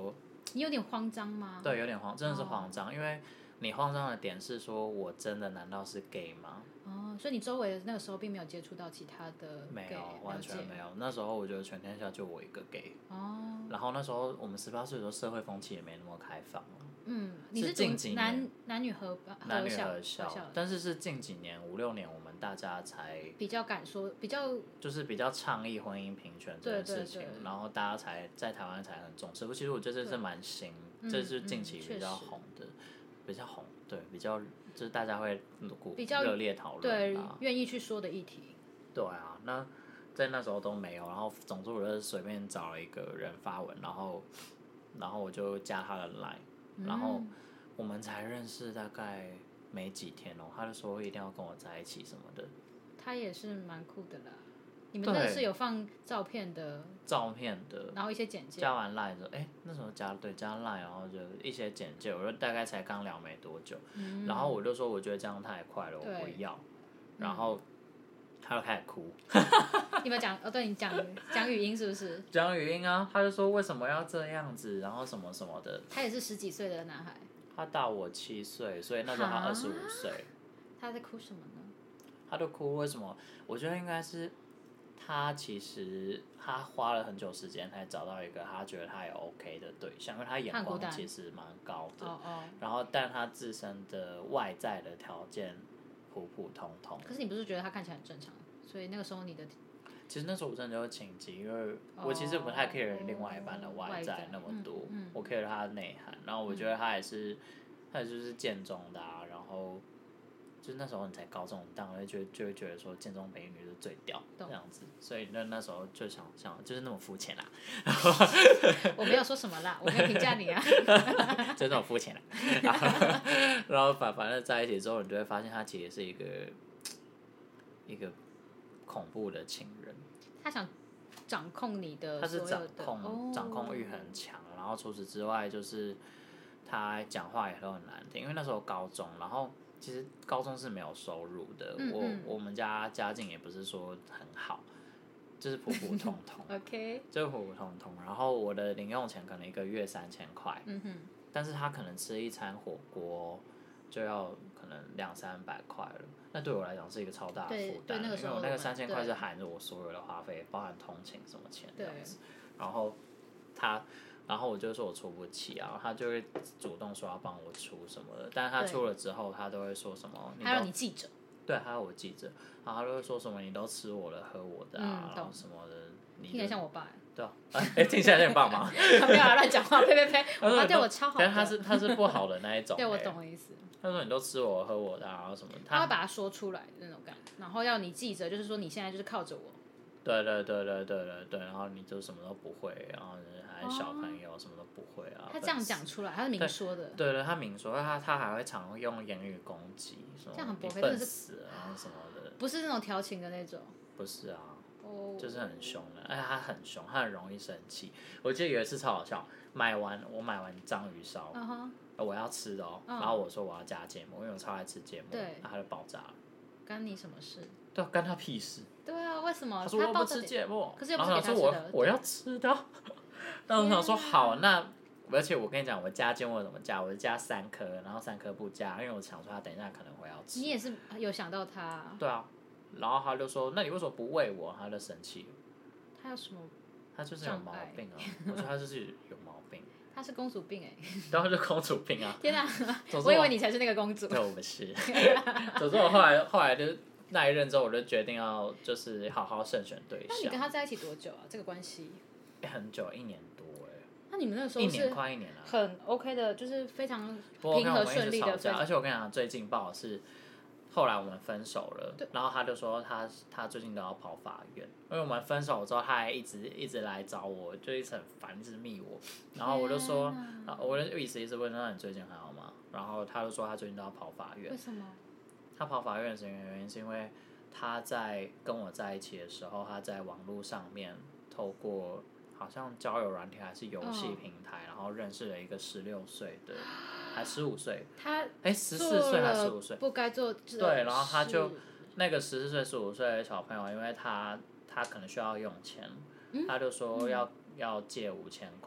S1: 你有点慌张吗？
S2: 对，有点慌，真的是慌张，哦、因为你慌张的点是说，我真的难道是 gay 吗？
S1: 哦，所以你周围那个时候并没有接触到其他的 gay，
S2: 没有，完全没有。那时候我觉得全天下就我一个 gay。哦。然后那时候我们十八岁的时候，社会风气也没那么开放了。
S1: 嗯，你
S2: 是近几年
S1: 男男女合
S2: 男女合校，但是是近几年五六年，我们大家才
S1: 比较敢说，比较
S2: 就是比较倡议婚姻平权这件事情，对对对，然后大家才在台湾才很重视。其实我觉得这是蛮新，这是近期比较红的，嗯、比较红，对，比较就是大家会
S1: 比较
S2: 热烈讨论，
S1: 对，愿意去说的议题。
S2: 对啊，那在那时候都没有，然后总之我就随便找了一个人发文，然后然后我就加他的 line， 然后。嗯，我们才认识大概没几天哦，他就说一定要跟我在一起什么的。
S1: 他也是蛮酷的啦。你们那个是有放照片的？
S2: 照片的，
S1: 然后一些简介。
S2: 加完 line 之后，哎，那时候加对加 line， 然后就一些简介，我就大概才刚聊没多久，嗯、然后我就说我觉得这样太快了，我不要。然后他就开始哭。
S1: 你们讲哦，对你讲讲语音是不是？
S2: 讲语音啊，他就说为什么要这样子，然后什么什么的。
S1: 他也是十几岁的男孩。
S2: 他大我七岁，所以那时候他二十五岁。
S1: 他在哭什么呢？
S2: 他就哭，为什么？我觉得应该是他其实他花了很久时间才找到一个他觉得他也 OK 的对象，因为他眼光其实蛮高的。哦哦。然后，但他自身的外在的条件普普通通。
S1: 可是你不是觉得他看起来很正常？所以那个时候你的。
S2: 其实那时候我真的就是情急，因为我其实不太 care 另外一半的外在那么多，嗯嗯、我 care 他的内涵。然后我觉得他也是，嗯、他也就是建中的、啊，然后就是那时候你才高中，当然就就会觉得说建中美女是最屌这样子，所以那那时候就想想就是那么肤浅啦。
S1: 我没有说什么啦，我没有评价你啊。
S2: 就那种肤浅啦。然后反反正在一起之后，你就会发现他其实是一个一个恐怖的情人。
S1: 他想掌控你的
S2: 所有的，他是掌控、
S1: 哦、
S2: 掌控欲很强，然后除此之外就是他讲话也都很难听，因为那时候高中，然后其实高中是没有收入的，嗯嗯我我们家家境也不是说很好，就是普普通通
S1: ，OK，
S2: 就是普普通通，然后我的零用钱可能一个月三千块，嗯哼，但是他可能吃一餐火锅就要可能两三百块了。那对我来讲是一个超大的负担，因为我那个三千块是含着我所有的花费，包含通勤什么钱这样子。然后他，然后我就说我出不起啊，他就会主动说要帮我出什么的，但是他出了之后，他都会说什么？
S1: 还有你记着。
S2: 对，还有我记着，然后他就会说什么你都吃我的喝我的啊，嗯、然后什么的。
S1: 听起来像我爸。
S2: 对啊，哎，听起来像你爸吗？
S1: 没有啊，乱讲话，呸呸呸！我爸对我超好的。
S2: 但他是他是不好的那一种。
S1: 对，我懂我意思。
S2: 他说你都吃我喝我的、啊，然后什么？
S1: 他会把它说出来的那种感觉，然后要你记着，就是说你现在就是靠着我。
S2: 对对对对对对对，然后你就什么都不会，然后还小朋友、哦、什么都不会啊。
S1: 他这样讲出来，他是明说的。
S2: 对 对, 对，他明说，他他还会常用言语攻击，说
S1: 这样很不
S2: 你笨死啊什么的。
S1: 不是那种调情的那种。
S2: 不是啊。就是很凶的，而且他很凶，他很容易生气。我记得有一次超好笑，买完我买完章鱼烧， uh-huh. 我要吃的哦， uh-huh. 然后我说我要加芥末，因为我超爱吃芥末，然后他就爆炸了。
S1: 干你什么事？
S2: 对，干他屁事。
S1: 对啊，为什么？
S2: 他说我不吃芥末，
S1: 可是又不是给他吃的。
S2: 然后他说我我要吃的，但我想说好，那而且我跟你讲，我加芥末怎么加？我是加三颗，然后三颗不加，因为我想说他等一下可能会要吃。
S1: 你也是有想到他、啊？
S2: 对啊。然后他就说：“那你为什么不喂我？”他就生气了。
S1: 他有什么？
S2: 他就是有毛病啊！我觉得他就是有毛病。
S1: 他是公主病哎、欸。
S2: 然后就公主病啊！
S1: 天哪！我以为你才是那个公主。
S2: 对，我不是。总之我后来后来就那一任之后，我就决定要就是好好慎选对象。
S1: 那你跟他在一起多久啊？这个关系？
S2: 很久，一年多哎。
S1: 那你们那个时候
S2: 一年快一年了。
S1: 很 OK 的，就是非常平和顺利的。
S2: 而且我跟你讲，最劲爆的是。后来我们分手了，然后他就说他他最近都要跑法院，因为我们分手之后，他还一直一直来找我，就一直很烦，一直密我，然后我就说，我的意思一直问他你最近还好吗？然后他就说他最近都要跑法院。
S1: 为什么？
S2: 他跑法院的原因是因为他在跟我在一起的时候，他在网络上面透过好像交友软体还是游戏平台，然后认识了一个十六岁的。还十五岁，
S1: 他
S2: 哎十四岁还十五岁，
S1: 不该做。
S2: 对，然后他就那个十四岁、十五岁的小朋友，因为他他可能需要用钱，嗯、他就说要、嗯、要借五千块，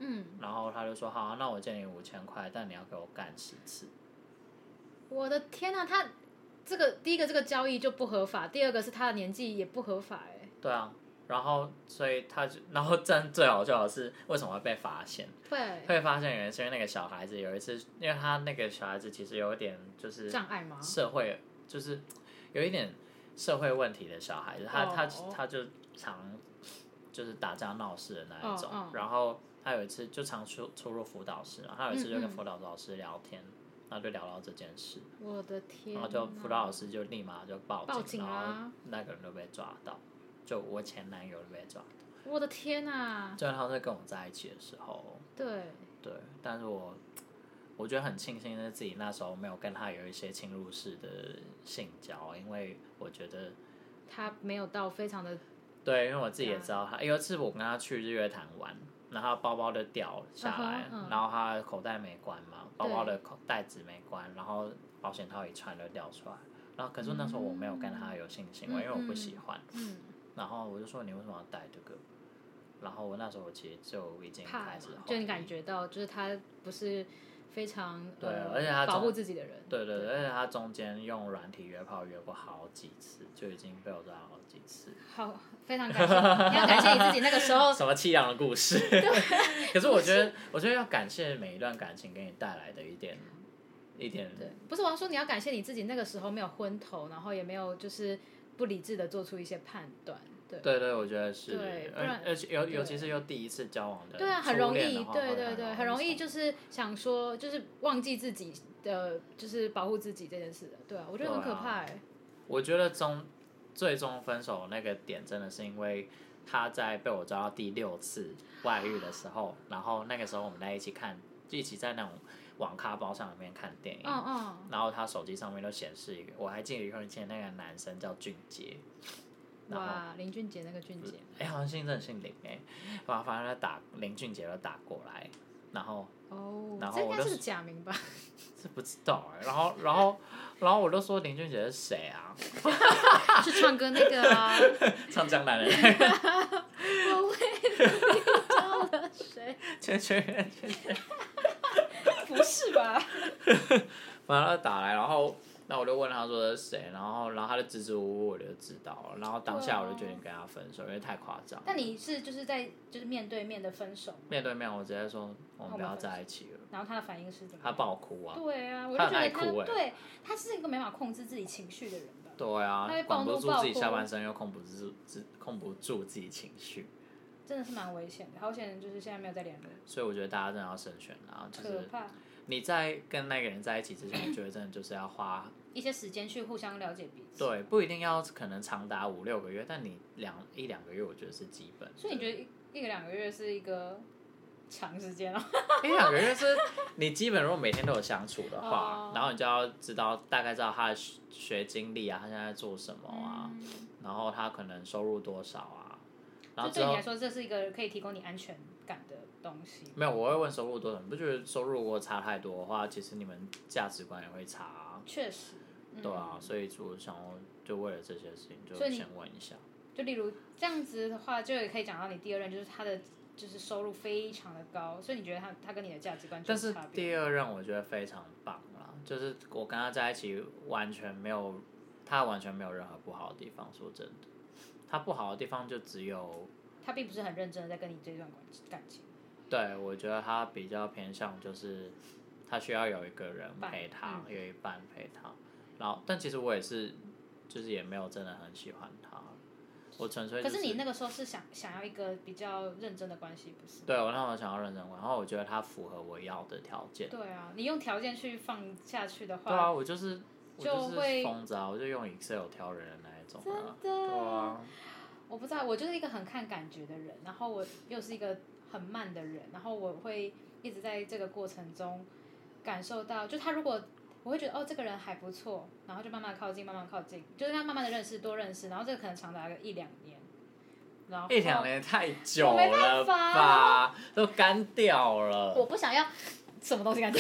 S2: 嗯，然后他就说好、啊，那我借你五千块，但你要给我干十次。
S1: 我的天啊，他这个第一个这个交易就不合法，第二个是他的年纪也不合法哎。
S2: 对啊，然后所以他就，然后真最好笑的是为什么会被发现？
S1: 对，
S2: 会发现原因是因为那个小孩子有一次，因为他那个小孩子其实有一点就是
S1: 障碍吗？
S2: 社会就是有一点社会问题的小孩子，他、oh. 他他就常就是打架闹事的那一种， oh, oh. 然后他有一次就常出出入辅导室，他有一次就跟辅导老师聊天。嗯嗯，然后就聊到这件事，
S1: 我的天！
S2: 然后就辅导老师就立马就报警，
S1: 报警啊、
S2: 然后那个人就被抓到，就我前男友就被抓到。
S1: 我的天啊！
S2: 就他在跟我在一起的时候，
S1: 对
S2: 对，但是我我觉得很庆幸是自己那时候没有跟他有一些侵入式的性交，因为我觉得
S1: 他没有到非常的
S2: 对，因为我自己也知道他，有一次我跟他去日月潭玩。然后包包就掉下来， uh-huh, 嗯、然后他口袋没关嘛，包包的口袋子没关，然后保险套一串就掉出来。然后可是那时候我没有跟他有性行为、嗯，因为我不喜欢。嗯、然后我就说你为什么要带这个？然后我那时候我其实就已经开始
S1: 就你感觉到就是他不是非常
S2: 对、
S1: 呃，
S2: 而且他
S1: 保护自己的人。
S2: 对对对，而且他中间用软体约炮约过好几次，就已经被我抓好几次。
S1: 好，非常感谢，你要感谢你自己那个时候。
S2: 什么凄凉的故事？可是我觉得，我觉得要感谢每一段感情给你带来的一点，一点。
S1: 对，不是我要说你要感谢你自己那个时候没有昏头，然后也没有就是不理智的做出一些判断。对
S2: 对对，我觉得是。对，不然而且尤尤其是又第一次交往的，
S1: 对啊，很容易，对对对，很容易就是想说，就是忘记自己的，就是保护自己这件事的，对啊，我觉得很可怕哎、欸。
S2: 我觉得终最终分手那个点真的是因为他在被我抓到第六次外遇的时候，然后那个时候我们在一起看，就一起在那种网咖包厢里面看电影，嗯嗯，然后他手机上面都显示一个，我还记得以前那个男生叫俊杰。
S1: 哇，林俊杰那个俊杰，
S2: 哎、欸，好像姓真的姓林哎、欸，然后反正他打林俊杰都打过来，然后
S1: 哦，
S2: 然后我就
S1: 这应该是假名吧？
S2: 这不知道哎、欸，然后然后然后我就说林俊杰是谁啊？
S1: 是唱歌那个啊，
S2: 唱江南的那个。
S1: 我为你找了谁？
S2: 圈圈圈圈，
S1: 不是吧？
S2: 反正他打来，然后。那我就问他说是谁，然后然后他就支支吾吾，我就知道了。然后当下我就决定跟他分手，因为太夸张。
S1: 但你是就是在就是面对面的分手？
S2: 面对面，我直接说我们不要在一起了。
S1: 然后他的反应是怎么样？
S2: 他爆哭啊！
S1: 对啊，我就觉得他，
S2: 他哭欸、
S1: 对，他是一个没法控制自己情绪的人吧？
S2: 对啊，他管不住自己下半身，又控不住自控不住自己情绪，
S1: 真的是蛮危险的。好险，就是现在没有再联络。
S2: 所以我觉得大家真的要慎选啊，就是
S1: 可怕。
S2: 你在跟那个人在一起之前，我觉得真的就是要花
S1: 一些时间去互相了解彼此。
S2: 对，不一定要可能长达五六个月，但你两一两个月，我觉得是基本。
S1: 所以你觉得一一个两个月是一个长时间哦？
S2: 一两个月是你基本如果每天都有相处的话， oh. 然后你就要知道大概知道他的学经历啊，他现在在做什么啊、嗯，然后他可能收入多少啊，然后
S1: 对你来说这是一个可以提供你安全感的东西。
S2: 没有，我会问收入多少，你不觉得收入如果差太多的话，其实你们价值观也会差、啊。
S1: 确实。嗯、
S2: 对啊，所以我想就为了这些事情，就先问一下。
S1: 就例如这样子的话，就也可以讲到你第二任，就是他的就是收入非常的高，所以你觉得他他跟你的价值观就有差别？
S2: 但是第二任我觉得非常棒啦，就是我跟他在一起完全没有，他完全没有任何不好的地方。说真的，他不好的地方就只有
S1: 他并不是很认真的在跟你这段感情。
S2: 对，我觉得他比较偏向就是他需要有一个人陪他，嗯、有一半陪他。然后，但其实我也是，就是也没有真的很喜欢他，我纯粹、就是。
S1: 可是你那个时候是想想要一个比较认真的关系，不是？
S2: 对，我那时候想要认真关，然后我觉得他符合我要的条件。
S1: 对啊，你用条件去放下去的话。
S2: 对啊，我就是我就是疯子啊，我就用 Excel 挑人的那一种啊。
S1: 真的。
S2: 对啊。
S1: 我不知道，我就是一个很看感觉的人，然后我又是一个很慢的人，然后我会一直在这个过程中感受到，就他如果。我会觉得哦，这个人还不错，然后就慢慢靠近，慢慢靠近，就是他慢慢的认识，多认识，然后这个可能长达个一两年，然后
S2: 一两年太久了吧，都干掉了。
S1: 我不想要什么东西干掉，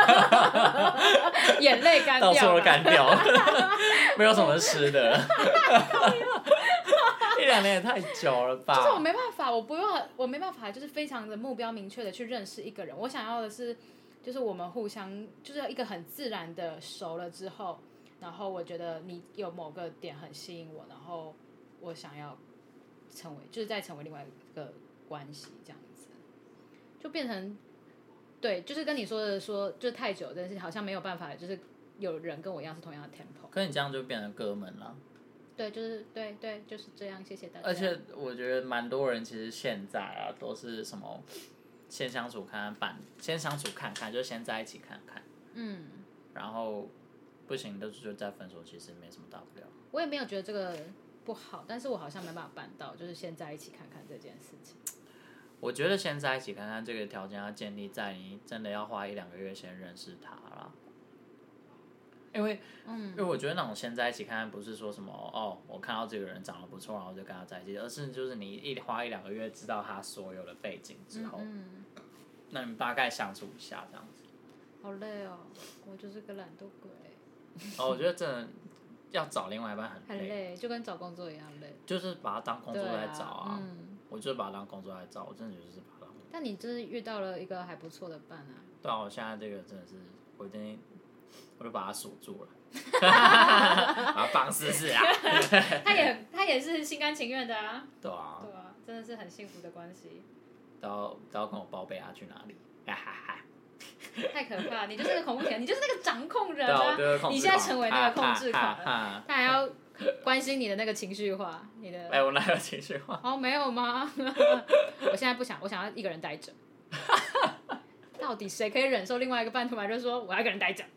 S1: 眼泪干掉，
S2: 到处都干掉，没有什么吃的。一两年也太久了吧？
S1: 就是我没办法，我不用，我没办法，就是非常的目标明确的去认识一个人。我想要的是，就是我们互相，就是一个很自然的熟了之后，然后我觉得你有某个点很吸引我，然后我想要成为，就是再成为另外一个关系这样子，就变成。对，就是跟你说的说，就太久，但是好像没有办法，就是有人跟我一样是同样的 tempo。
S2: 可是你这样就变成哥们了。
S1: 对，就是对对，就是这样，谢谢大家。
S2: 而且我觉得蛮多人其实现在啊，都是什么先相处看看办，先相处看看，就先在一起看看。嗯。然后不行的就再分手，其实没什么大不了。
S1: 我也没有觉得这个不好，但是我好像没办法办到，就是先在一起看看这件事情。
S2: 我觉得先在一起看看这个条件要建立在你真的要花一两个月先认识他啦，因为，嗯，因为我觉得那种先在一起看看不是说什么哦，我看到这个人长得不错，然后就跟他在一起，而是就是你一花一两个月知道他所有的背景之后，嗯嗯那你们大概相处一下这样子。
S1: 好累哦，我就是个懒惰鬼。
S2: 哦，我觉得真的要找另外一半很累，
S1: 很累，就跟找工作一样累。
S2: 就是把它当工作在找啊。嗯我就是把它当工作来找，我真的就是把它当工作。
S1: 但你真是遇到了一个还不错的伴啊。
S2: 对啊，我现在这个真的是，我已经，我就把它锁住了，把它绑死死啊。
S1: 他也他也是心甘情愿的啊。
S2: 对啊。
S1: 对啊，真的是很幸福的关系。
S2: 都要都要跟我报备他去哪里，哈哈哈。
S1: 太可怕！你就是个恐怖情人，你就是那个掌控人啊！你现在成为那个控制狂了，他还要关心你的那个情绪化，你的。
S2: 哎，我哪有情绪化？
S1: 哦，没有吗？我现在不想，我想要一个人待着。到底谁可以忍受另外一个半途嘛？就是说我要一个人待着，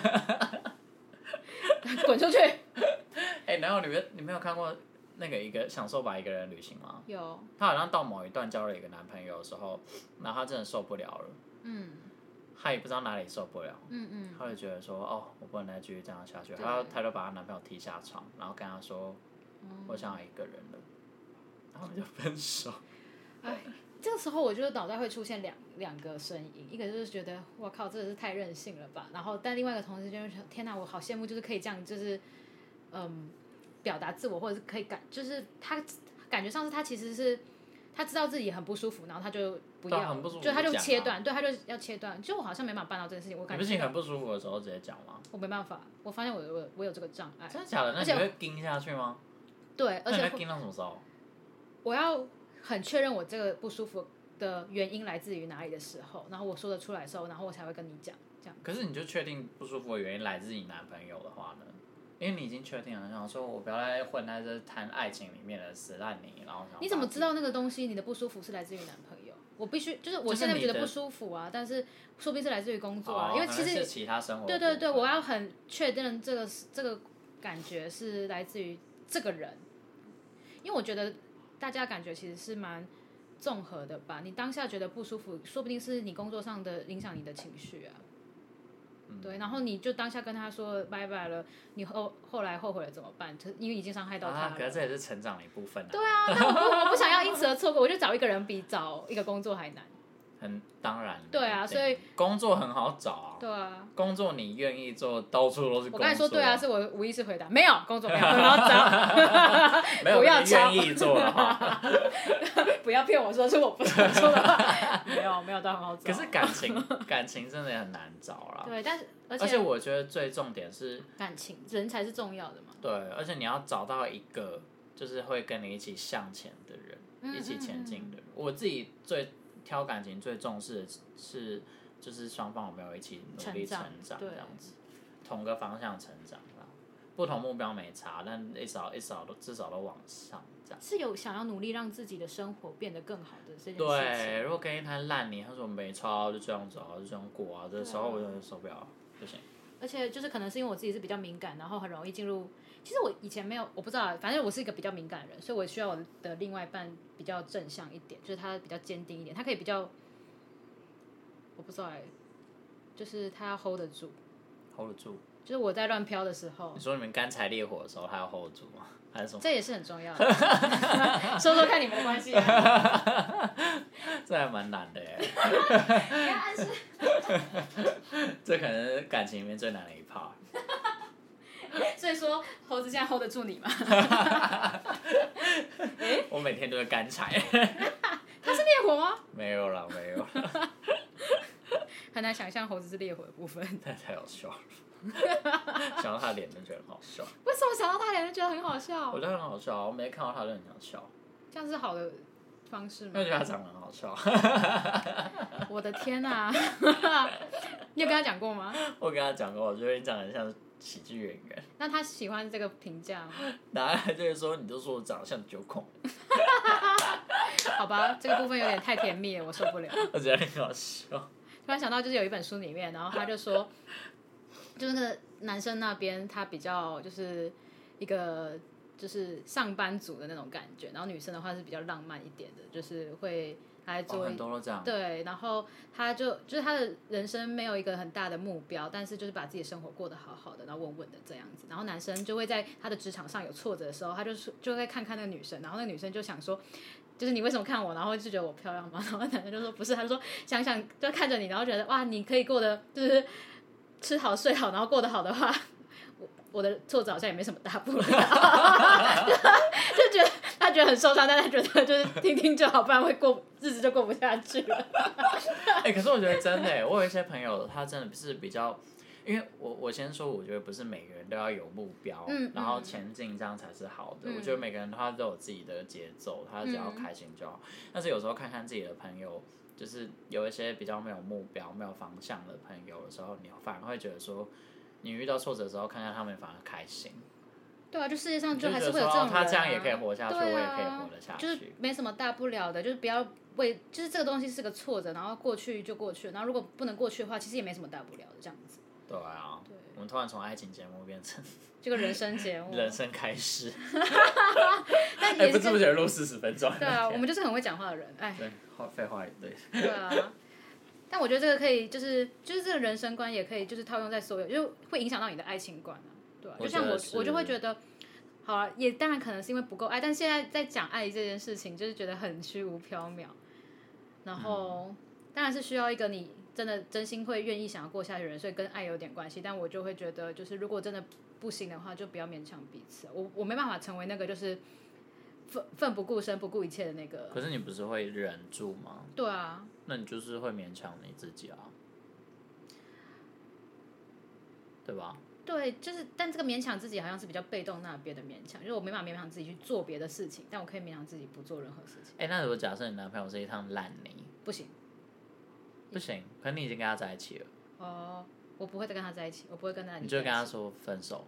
S1: 滚出去！
S2: 哎，然后你们你没有看过那个一个享受吧一个人旅行吗？
S1: 有。
S2: 他好像到某一段交了一个男朋友的时候，然后他真的受不了了。嗯。他也不知道哪里受不了，嗯嗯，他就觉得说，哦，我不能再继续这样下去，他他就把她男朋友踢下床，然后跟他说，嗯、我想要一个人了，然后就分手。
S1: 哎，这个时候我觉得脑袋会出现两两个声音，一个就是觉得，我靠，真的是太任性了吧，然后但另外一个同时就是，天哪，我好羡慕，就是可以这样，就是嗯，表达自我，或者是可以感，就是他感觉上是他其实是。他知道自己很不舒服，然后他就不要，就他就切断，对，他就要切断。就我好像没办法办到这件事情，我感觉。
S2: 你不是很不舒服的时候直接讲吗？
S1: 我没办法，我发现我我我有这个障碍。
S2: 真的假的？那你会盯下去吗？
S1: 对，而且
S2: 你会盯到什么时候？
S1: 我要很确认我这个不舒服的原因来自于哪里的时候，然后我说得出来的时候，然后我才会跟你讲，这样。
S2: 可是你就确定不舒服的原因来自你男朋友的话呢？因为你已经确定了，想说我不要再混在这谈爱情里面的死烂泥，然后想。
S1: 你怎么知道那个东西你的不舒服是来自于男朋友？我必须就是我现在觉得不舒服啊，但是说不定是来自于工作啊，
S2: 哦、
S1: 因为其实
S2: 是其他生活。
S1: 对对对，我要很确定这个这个感觉是来自于这个人，因为我觉得大家感觉其实是蛮综合的吧。你当下觉得不舒服，说不定是你工作上的影响你的情绪啊。对，然后你就当下跟他说拜拜了，你后后来后悔了怎么办？因为已经伤害到他了。
S2: 啊，可是这也是成长的一部分啊。
S1: 对啊，但我不我不想要因此而错过，我就找一个人比找一个工作还难。
S2: 很当然。
S1: 对啊，所以
S2: 工作很好找啊。
S1: 对啊。
S2: 工作你愿意做，到处都是工作。
S1: 我刚才说对啊，是我无意识回答，没有工作没有很好找。
S2: 没有，不要愿意做的话。
S1: 不要骗我说是我不想做的话，没有没有到很好找。
S2: 可是感情感情真的很难找啦。
S1: 对，但是而
S2: 且而且我觉得最重点是
S1: 感情，人才是重要的嘛。
S2: 对，而且你要找到一个就是会跟你一起向前的人，嗯、一起前进的人。嗯嗯嗯我自己最挑感情最重视的是，就是双方有没有一起努力成长这样子，同个方向成长啦。不同目标没差，但至少至少都至少都往上这样。
S1: 是有想要努力让自己的生活变得更好的这件事情。
S2: 对，如果跟一滩烂泥，他说没差，就这样走，就这样过啊，这时候我就受不了，不行。
S1: 而且就是可能是因为我自己是比较敏感，然后很容易进入。其实我以前没有，我不知道，反正我是一个比较敏感的人，所以我需要我的另外一半比较正向一点，就是他比较坚定一点，他可以比较，我不知道哎，就是他要 hold 得住
S2: ，hold 得住。
S1: 就是我在乱飘的时候，
S2: 你说你们干柴烈火的时候，他要 hold 得住吗？还是什么？
S1: 这也是很重要的。说说看你们的关系、啊。
S2: 这还蛮难的耶。
S1: 你要暗示。
S2: 这可能是感情里面最难的一 part。
S1: 所以说猴子现在 hold 得住你吗？
S2: 欸、我每天都是干柴。
S1: 他是烈火吗？
S2: 没有啦，没有啦。
S1: 很难想象猴子是烈火的部分。
S2: 太太好笑了。想到他的脸就觉得很好笑。
S1: 为什么想到他的脸就觉得很好笑？
S2: 我觉得很好笑，我每次看到他就很想笑。
S1: 这样是好的方式吗？
S2: 因为我觉得他长得很好笑。
S1: 我的天啊！你有跟他讲过吗？
S2: 我跟他讲过，我觉得你长得像喜剧演员。
S1: 那他喜欢这个评价吗？
S2: 答案就是说，你就说我长得像九孔。
S1: 好吧，这个部分有点太甜蜜了，我受不了。
S2: 我觉得很好笑。
S1: 突然想到，就是有一本书里面，然后他就说，就是那个男生那边他比较就是一个就是上班族的那种感觉，然后女生的话是比较浪漫一点的，就是会来做、
S2: 哦、很多都这样。
S1: 对，然后他就就是他的人生没有一个很大的目标，但是就是把自己的生活过得好好的，然后稳稳的这样子。然后男生就会在他的职场上有挫折的时候，他就是就会看看那个女生，然后那个女生就想说。就是你为什么看我，然后就觉得我漂亮吗？然后男生就说不是，他就说想想就看着你，然后觉得哇，你可以过得就是吃好睡好，然后过得好的话，我我的挫折好像也没什么大不了，就觉得他觉得很受伤，但他觉得就是听听就好，不然会过日子就过不下去了。
S2: 哎、欸，可是我觉得真的，我有一些朋友，他真的是比较。因为我我先说，我觉得不是每个人都要有目标，
S1: 嗯、
S2: 然后前进，这样才是好的。嗯、我觉得每个人他都有自己的节奏，他只要开心就好。嗯、但是有时候看看自己的朋友，就是有一些比较没有目标、没有方向的朋友的时候，你反而会觉得说，你遇到挫折的时候，看看他们反而开心。
S1: 对啊，就世界上就还是会有这种人、啊，
S2: 他这样也可以活下去，
S1: 啊、
S2: 我也可以活得下去，
S1: 就是没什么大不了的，就是不要为，就是这个东西是个挫折，然后过去就过去了，然后如果不能过去的话，其实也没什么大不了的这样子。
S2: 对啊，对，我们突然从爱情节目变成
S1: 这个人生节目，
S2: 人生开始。
S1: 但也是、欸、
S2: 不知不觉录四十分钟。
S1: 对啊，我们就是很会讲话的人，哎。
S2: 对，废话一堆。
S1: 对啊，但我觉得这个可以，就是就是这个人生观也可以，就是套用在所有，就会影响到你的爱情观啊，对啊，就像我，我就会觉得，好啊，也当然可能是因为不够爱，但现在在讲爱这件事情，就是觉得很虚无缥缈，然后、嗯、当然是需要一个你。真的真心会愿意想要过下去的人，所以跟爱有点关系。但我就会觉得，就是如果真的不行的话，就不要勉强彼此。我我没办法成为那个就是奋奋不顾身、不顾一切的那个。
S2: 可是你不是会忍住吗？
S1: 对啊。
S2: 那你就是会勉强你自己啊，对吧？
S1: 对，就是但这个勉强自己好像是比较被动那边的勉强，就是我没办法勉强自己去做别的事情，但我可以勉强自己不做任何事情。
S2: 哎、欸，那如果假设你男朋友是一趟烂泥，
S1: 不行。
S2: 不行，可你已经跟他在一起了。
S1: 哦，我不会再跟他在一起，我不会跟他。
S2: 你就跟他说分手。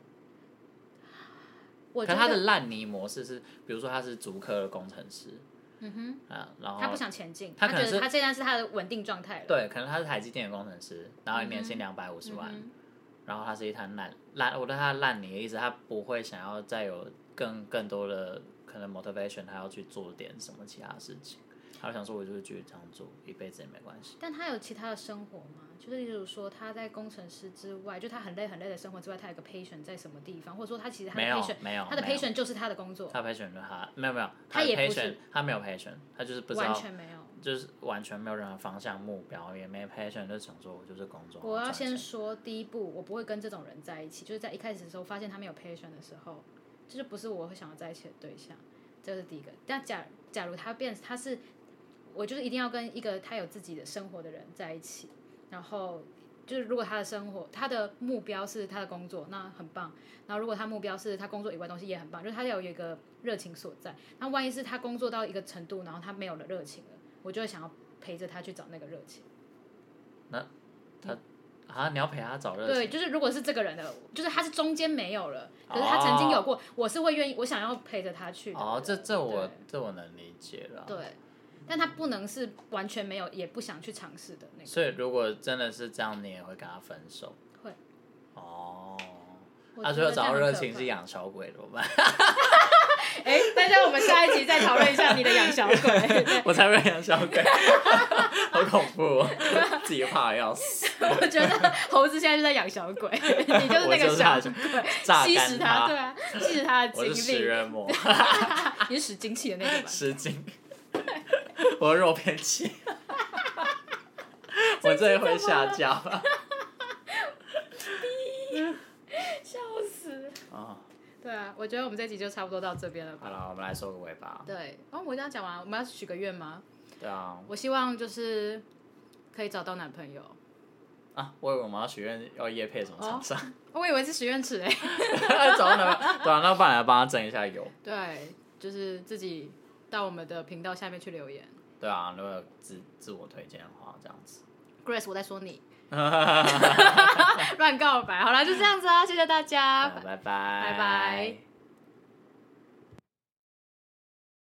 S1: 我
S2: 可他的烂泥模式是，比如说他是竹科的工程师，
S1: 嗯哼，
S2: 啊，然后
S1: 他不想前进，
S2: 他可能
S1: 是他觉得他现在是他的稳定状态了。
S2: 对，可能他是台积电的工程师，然后年薪两百五十万，嗯、然后他是一滩烂烂，我对他烂泥的意思，他不会想要再有更更多的可能 motivation， 他要去做点什么其他事情。他就想说，我就会继续这样做，一辈子也没关系。
S1: 但他有其他的生活吗？就是例如说，他在工程师之外，就他很累很累的生活之外，他有个 passion 在什么地方，或者说他其实他的 passion
S2: 没有，
S1: 他的 passion 就是他的工作。
S2: 他的 passion 就是他没有没有，
S1: 他也不
S2: 是他没有 passion， 他就是不知道
S1: 完全没有，
S2: 就是完全没有任何方向目标，也没 passion， 就想说我就是工作。
S1: 我要先说第一步，我不会跟这种人在一起，就是在一开始的时候发现他没有 passion 的时候，这就不是我会想要在一起的对象，这是第一个。但假假如他变他是。我就是一定要跟一个他有自己的生活的人在一起，然后就是如果他的生活他的目标是他的工作，那很棒。然后如果他目标是他工作以外的东西也很棒，就是他要有一个热情所在。那万一是他工作到一个程度，然后他没有了热情了，我就会想要陪着他去找那个热情。
S2: 那他啊，你要陪他找热情？
S1: 对，就是如果是这个人的，就是他是中间没有了，可是他曾经有过，哦、我是会愿意，我想要陪着他去的。
S2: 哦，这这我这我能理解了。
S1: 对。但他不能是完全没有，也不想去尝试的那个。
S2: 所以如果真的是这样，你也会跟他分手？
S1: 会。
S2: 哦。他最后找到热情是养小鬼怎么办？
S1: 哎、欸，大家我们下一集再讨论一下你的养小鬼。
S2: 我才不会养小鬼，好恐怖哦，自己怕的要死。
S1: 我觉得猴子现在就在养小鬼，你就是那个小鬼，吸食它，对啊，吸食它的精力。
S2: 我是食人魔。
S1: 你是使精气的那个吧？
S2: 使精。我肉偏气，我这会下架吧？
S1: 笑死！ 对啊，我觉得我们这集就差不多到这边了吧。
S2: 好了，我们来收个尾吧。
S1: 对，哦，我这样讲完，我们要许个愿吗？
S2: 对啊。
S1: 我希望就是可以找到男朋友。
S2: 啊，我以为我们要许愿要业配什么厂商、
S1: 哦，我以为是许愿池哎。
S2: 找到男朋友，对啊，那不然来帮他争一下油。
S1: 对，就是自己到我们的频道下面去留言。
S2: 对啊，如果有自自我推荐的话，这样子。
S1: Grace， 我在说你。乱告白，好了，就这样子啊，谢谢大家，
S2: 拜拜，
S1: 拜拜。